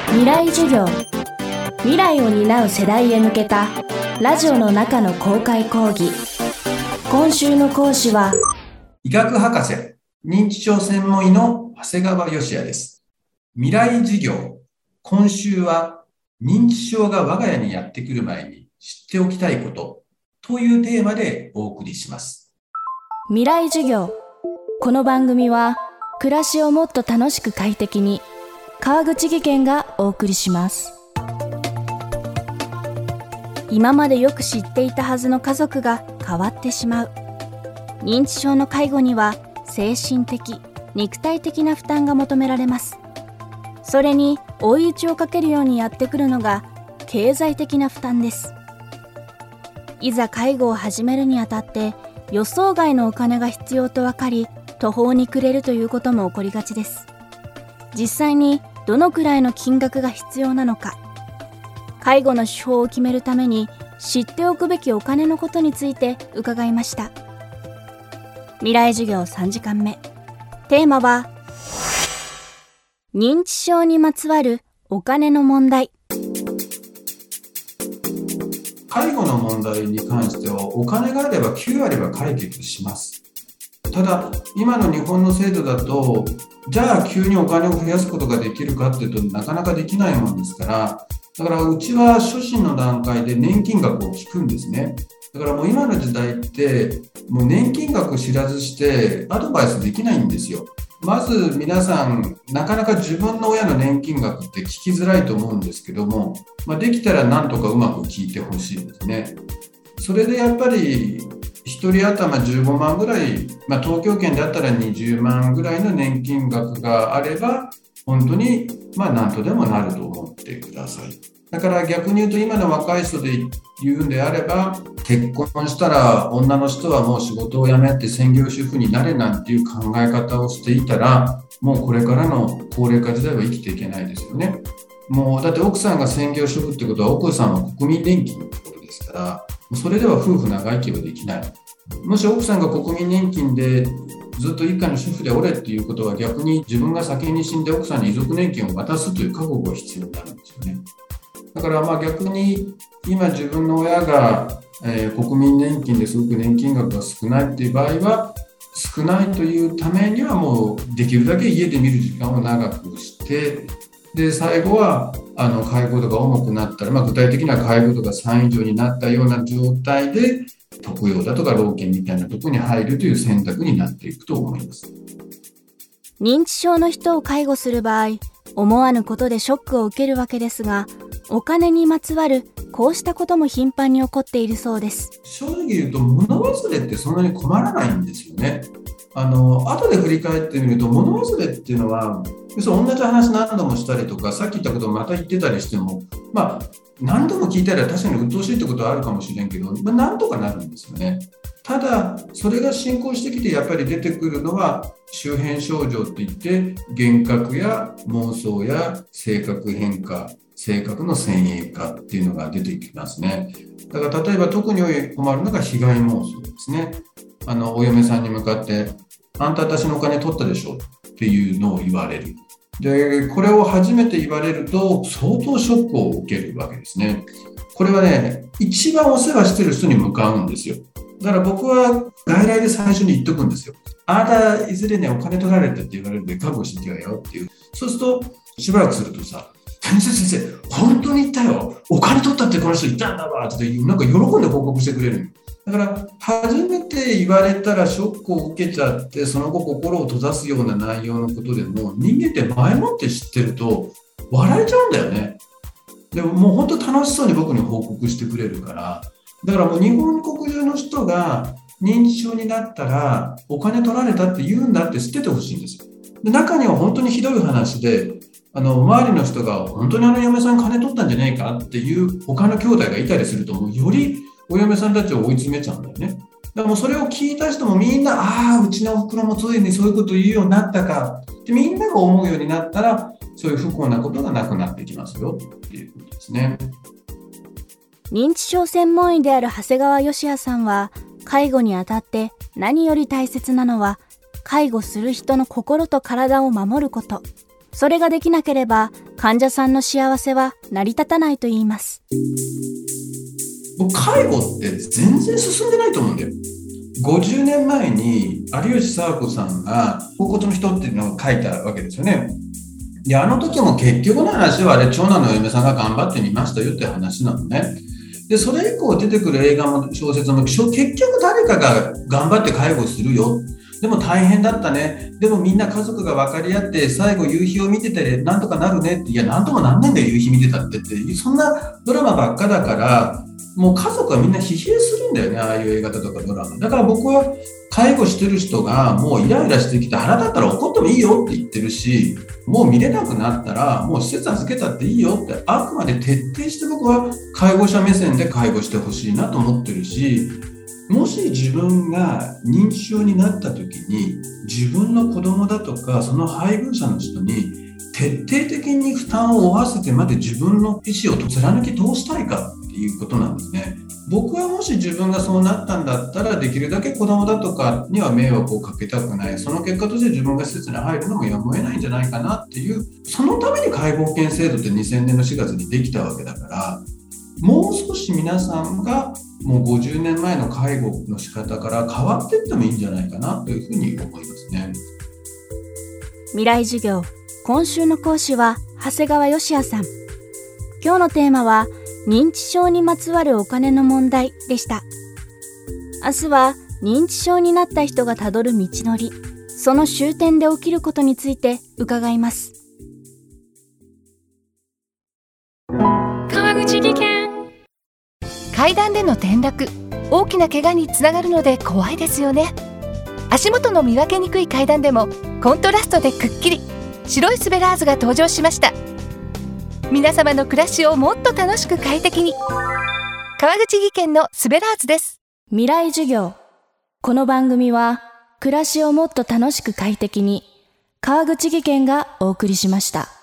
未来授業。未来を担う世代へ向けたラジオの中の公開講義。今週の講師は医学博士、認知症専門医の長谷川芳也です。未来授業。今週は認知症が我が家にやってくる前に知っておきたいことというテーマでお送りします。 未来授業。この番組は暮らしをもっと楽しく快適に、川口義賢がお送りします。今までよく知っていたはずの家族が変わってしまう。認知症の介護には精神的、肉体的な負担が求められます。それに追い打ちをかけるようにやってくるのが経済的な負担です。いざ介護を始めるにあたって予想外のお金が必要と分かり、途方に暮れるということも起こりがちです。実際にどのくらいの金額が必要なのか、介護の手法を決めるために知っておくべきお金のことについて伺いました。未来授業3時間目。テーマは認知症にまつわるお金の問題。 介護の問題に関してはお金があれば9割は解決します。ただ今の日本の制度だと、じゃあ急にお金を増やすことができるかっていうとなかなかできないもんですから、だからうちは初診の段階で年金額を聞くんですね。だからもう今の時代ってもう年金額知らずしてアドバイスできないんですよ。まず皆さんなかなか自分の親の年金額って聞きづらいと思うんですけども、できたらなんとかうまく聞いてほしいですね。それでやっぱり1人頭15万ぐらい、東京圏であったら20万ぐらいの年金額があれば本当に何とでもなると思ってください。だから逆に言うと今の若い人で言うんであれば、結婚したら女の人はもう仕事を辞めて専業主婦になれなんていう考え方をしていたら、もうこれからの高齢化時代は生きていけないですよね。もうだって奥さんが専業主婦ってことは奥さんは国民年金ってことですから、それでは夫婦長生きはできない。もし奥さんが国民年金でずっと一家の主婦でおれっていうことは、逆に自分が先に死んで奥さんに遺族年金を渡すという覚悟が必要になるんですよね。だから逆に今自分の親が、国民年金ですごく年金額が少ないっていう場合は、少ないというためにはもうできるだけ家で見る時間を長くして、で最後は介護度が重くなったら、具体的な介護度が3以上になったような状態で特養だとか老犬みたいなところに入るという選択になっていくと思います。 認知症の人を介護する場合、思わぬことでショックを受けるわけですが、お金にまつわるこうしたことも頻繁に起こっているそうです。 正直言うと物忘れってそんなに困らないんですよね。後で振り返ってみると物忘れっていうのは、同じ話何度もしたりとか、さっき言ったことをまた言ってたりしても、何度も聞いたら確かに鬱陶しいってことはあるかもしれんけど、なんとかなるんですよね。ただそれが進行してきてやっぱり出てくるのは周辺症状っていって、幻覚や妄想や性格変化、性格の先鋭化っていうのが出てきますね。だから例えば特に困るのが被害妄想ですね。お嫁さんに向かってあんた私のお金取ったでしょっていうのを言われる。でこれを初めて言われると相当ショックを受けるわけですね。これはね、一番お世話してる人に向かうんですよ。だから僕は外来で最初に言っとくんですよ。あなたいずれねお金取られたって言われるんで覚悟してきてよっていう。そうするとしばらくするとさ、先生本当に言ったよ、お金取ったってこの人言ったんだわってなんか喜んで報告してくれる。だから初めて言われたらショックを受けちゃって、その後心を閉ざすような内容のことでも、人間って前もって知ってると笑えちゃうんだよね。でももう本当楽しそうに僕に報告してくれるから、だからもう日本国中の人が認知症になったらお金取られたって言うんだって知っててほしいんですよ。で中には本当にひどい話で、周りの人が本当に嫁さん金取ったんじゃねえかっていう他の兄弟がいたりすると、もうよりお嫁さんたちを追い詰めちゃうんだよね。だからもうそれを聞いた人もみんな、うちのおふくろもついにそういうこと言うようになったかってみんなが思うようになったら、そういう不幸なことがなくなってきますよっていうことですね。 認知症専門医である長谷川芳也さんは、介護にあたって何より大切なのは介護する人の心と体を守ること、 それができなければ患者さんの幸せは成り立たないと言います。 僕、介護って全然進んでないと思うんだよ。50年前に有吉佐和子さんが甲骨の人っていうのを書いたわけですよね。で、あの時も結局の話は長男の嫁さんが頑張ってみましたよって話なのね。で、それ以降出てくる映画も小説も結局誰かが頑張って介護するよ。でも大変だったね。でもみんな家族が分かり合って最後夕日を見ててなんとかなるねって。いや、なんともなんねんだよ夕日見てたってそんなドラマばっかだから、もう家族はみんな疲弊するんだよね、ああいう映画だとかドラマ。だから僕は介護してる人がもうイライラしてきて腹立ったら怒ってもいいよって言ってるし、もう見れなくなったらもう施設預けたっていいよって、あくまで徹底して僕は介護者目線で介護してほしいなと思ってるし、もし自分が認知症になった時に自分の子供だとかその配偶者の人に徹底的に負担を負わせてまで自分の意思を貫き通したいかっていうことなんですね。僕はもし自分がそうなったんだったらできるだけ子供だとかには迷惑をかけたくない。その結果として自分が施設に入るのもやむを得ないんじゃないかなっていう、そのために介護保険制度って2000年の4月にできたわけだから、もう少し皆さんがもう50年前の介護の仕方から変わっていってもいいんじゃないかなというふうに思いますね。 未来授業、今週の講師は長谷川芳也さん。今日のテーマは認知症にまつわるお金の問題でした。明日は認知症になった人がたどる道のり、その終点で起きることについて伺います。 川口技研。階段での転落、大きな怪我につながるので怖いですよね。足元の見分けにくい階段でもコントラストでくっきり白いスベラーズが登場しました。皆様の暮らしをもっと楽しく快適に、川口技研のスベラーズです。 未来授業。この番組は暮らしをもっと楽しく快適に、川口技研がお送りしました。